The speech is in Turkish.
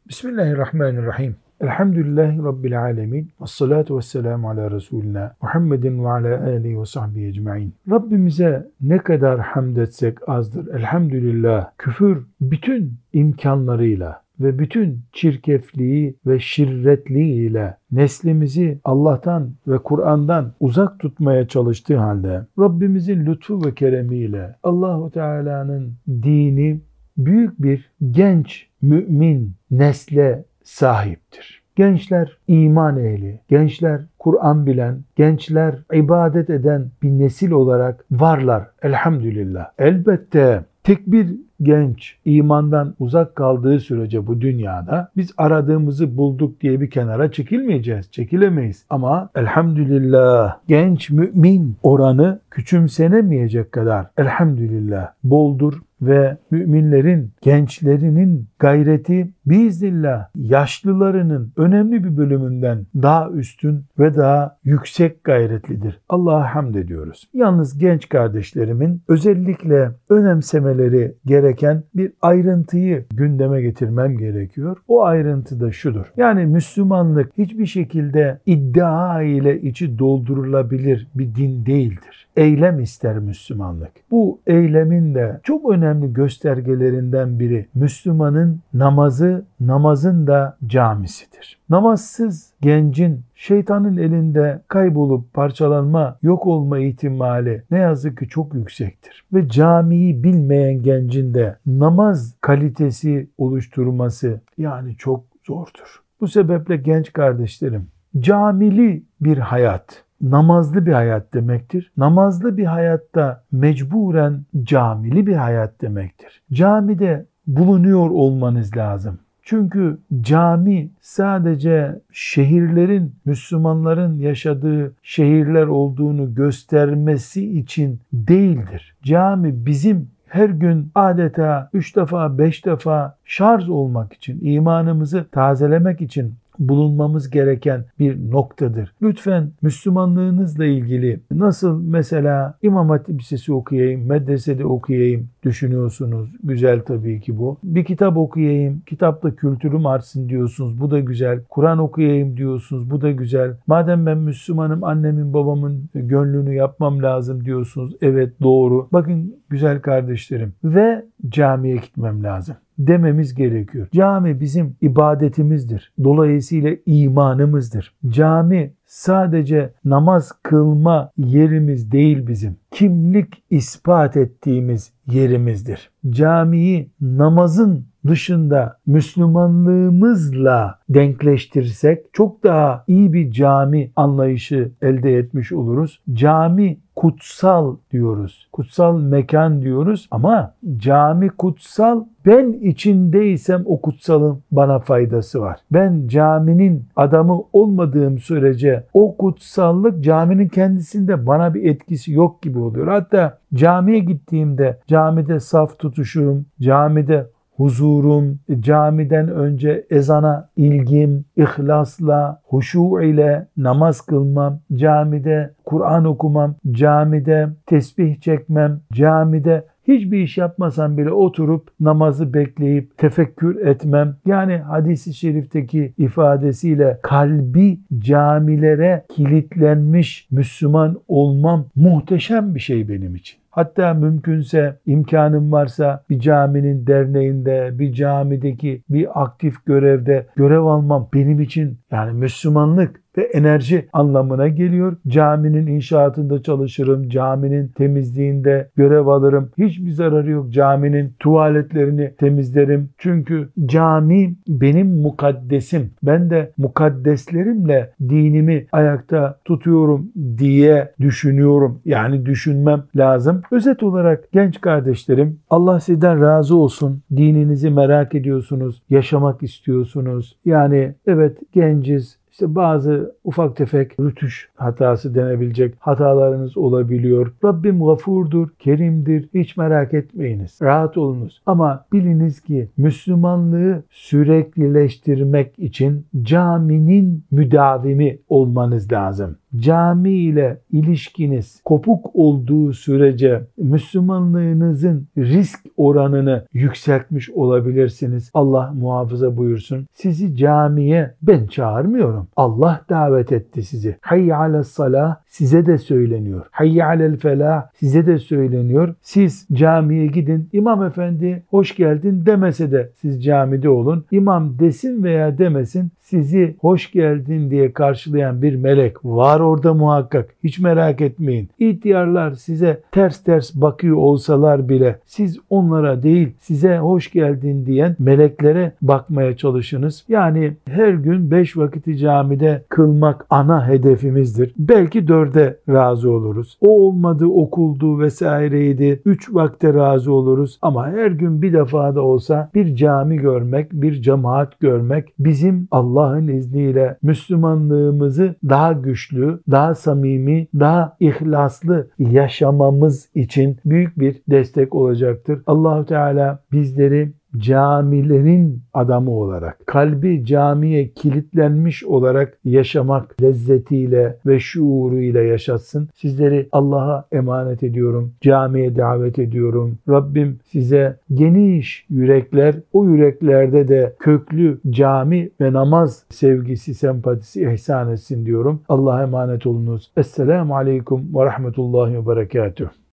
Bismillahirrahmanirrahim. Elhamdülillahi Rabbil alemin. Vessalatu vesselamu ala Resulina Muhammedin ve ala alihi ve sahbihi ecma'in. Rabbimize ne kadar hamd etsek azdır. Elhamdülillah. Küfür bütün imkanlarıyla ve bütün çirkefliği ve şirretliğiyle neslimizi Allah'tan ve Kur'an'dan uzak tutmaya çalıştığı halde Rabbimizin lütfu ve keremiyle Allahu Teala'nın dini büyük bir genç mümin nesle sahiptir. Gençler iman ehli, gençler Kur'an bilen, gençler ibadet eden bir nesil olarak varlar elhamdülillah. Elbette tek bir genç imandan uzak kaldığı sürece bu dünyada biz aradığımızı bulduk diye bir kenara çekilmeyeceğiz, çekilemeyiz. Ama elhamdülillah genç mümin oranı küçümsenemeyecek kadar elhamdülillah boldur ve müminlerin, gençlerinin gayreti biiznillah yaşlılarının önemli bir bölümünden daha üstün ve daha yüksek gayretlidir. Allah'a hamd ediyoruz. Yalnız genç kardeşlerimin özellikle önemsemeleri gereken bir ayrıntıyı gündeme getirmem gerekiyor. O ayrıntı da şudur. Yani Müslümanlık hiçbir şekilde iddia ile içi doldurulabilir bir din değildir. Eylem ister Müslümanlık. Bu eylemin de çok önemli göstergelerinden biri Müslümanın namazı, namazın da camisidir. Namazsız gencin şeytanın elinde kaybolup parçalanma, yok olma ihtimali ne yazık ki çok yüksektir. Ve camiyi bilmeyen gencin de namaz kalitesi oluşturması yani çok zordur. Bu sebeple genç kardeşlerim, camili bir hayat, namazlı bir hayat demektir. Namazlı bir hayatta mecburen camili bir hayat demektir. Camide bulunuyor olmanız lazım. Çünkü cami sadece şehirlerin, Müslümanların yaşadığı şehirler olduğunu göstermesi için değildir. Cami bizim her gün adeta 3 defa 5 defa şarj olmak için, imanımızı tazelemek için bulunmamız gereken bir noktadır. Lütfen Müslümanlığınızla ilgili nasıl mesela İmam Hatip Lisesi okuyayım, medresede okuyayım düşünüyorsunuz. Güzel tabii ki bu. Bir kitap okuyayım, kitapla kültürüm artsın diyorsunuz. Bu da güzel. Kur'an okuyayım diyorsunuz. Bu da güzel. Madem ben Müslümanım, annemin babamın gönlünü yapmam lazım diyorsunuz. Evet, doğru. Bakın güzel kardeşlerim. Ve camiye gitmem lazım dememiz gerekiyor. Cami bizim ibadetimizdir. Dolayısıyla imanımızdır. Cami sadece namaz kılma yerimiz değil bizim. Kimlik ispat ettiğimiz yerimizdir. Camiyi namazın dışında Müslümanlığımızla denkleştirsek çok daha iyi bir cami anlayışı elde etmiş oluruz. Cami kutsal diyoruz. Kutsal mekan diyoruz ama cami kutsal. Ben içindeysem o kutsalın bana faydası var. Ben caminin adamı olmadığım sürece o kutsallık caminin kendisinde bana bir etkisi yok gibi oluyor. Hatta camiye gittiğimde camide saf tutuşum, camide huzurum, camiden önce ezana ilgim, ihlasla, huşu ile namaz kılmam, camide Kur'an okumam, camide tesbih çekmem, camide hiçbir iş yapmasam bile oturup namazı bekleyip tefekkür etmem. Yani hadis-i şerifteki ifadesiyle kalbi camilere kilitlenmiş Müslüman olmam muhteşem bir şey benim için. Hatta mümkünse imkanım varsa bir caminin derneğinde, bir camideki bir aktif görevde görev almam benim için yani Müslümanlık ve enerji anlamına geliyor. Caminin inşaatında çalışırım, caminin temizliğinde görev alırım. Hiçbir zararı yok. Caminin tuvaletlerini temizlerim. Çünkü cami benim mukaddesim. Ben de mukaddeslerimle dinimi ayakta tutuyorum diye düşünüyorum. Yani düşünmem lazım. Özet olarak genç kardeşlerim, Allah sizden razı olsun. Dininizi merak ediyorsunuz, yaşamak istiyorsunuz. Yani evet genciz. İşte bazı ufak tefek rütüş hatası denebilecek hatalarınız olabiliyor. Rabbim gafurdur, kerimdir. Hiç merak etmeyiniz. Rahat olunuz. Ama biliniz ki Müslümanlığı süreklileştirmek için caminin müdavimi olmanız lazım. cami ile ilişkiniz kopuk olduğu sürece Müslümanlığınızın risk oranını yükseltmiş olabilirsiniz. Allah muhafaza buyursun. Sizi camiye ben çağırmıyorum. Allah davet etti sizi. Hayy alas salah size de söyleniyor. Hayy alel felah size de söyleniyor. Siz camiye gidin. İmam efendi hoş geldin demese de siz camide olun. İmam desin veya demesin sizi hoş geldin diye karşılayan bir melek var orada muhakkak. Hiç merak etmeyin. İhtiyarlar size ters ters bakıyor olsalar bile siz onlara değil size hoş geldin diyen meleklere bakmaya çalışınız. Yani her gün 5 vakiti camide kılmak ana hedefimizdir. Belki 4'e razı oluruz. O olmadı okuldu vesaireydi. 3 vakte razı oluruz. Ama her gün bir defa da olsa bir cami görmek, bir cemaat görmek bizim Allah'ın izniyle Müslümanlığımızı daha güçlü, daha samimi, daha ihlaslı yaşamamız için büyük bir destek olacaktır. Allah-u Teala bizleri camilerin adamı olarak, kalbi camiye kilitlenmiş olarak yaşamak lezzetiyle ve şuuruyla yaşatsın. Sizleri Allah'a emanet ediyorum. Camiye davet ediyorum. Rabbim size geniş yürekler, o yüreklerde de köklü cami ve namaz sevgisi, sempatisi ihsan etsin diyorum. Allah'a emanet olunuz. Esselamu Aleyküm ve Rahmetullahi ve Berekatuhu.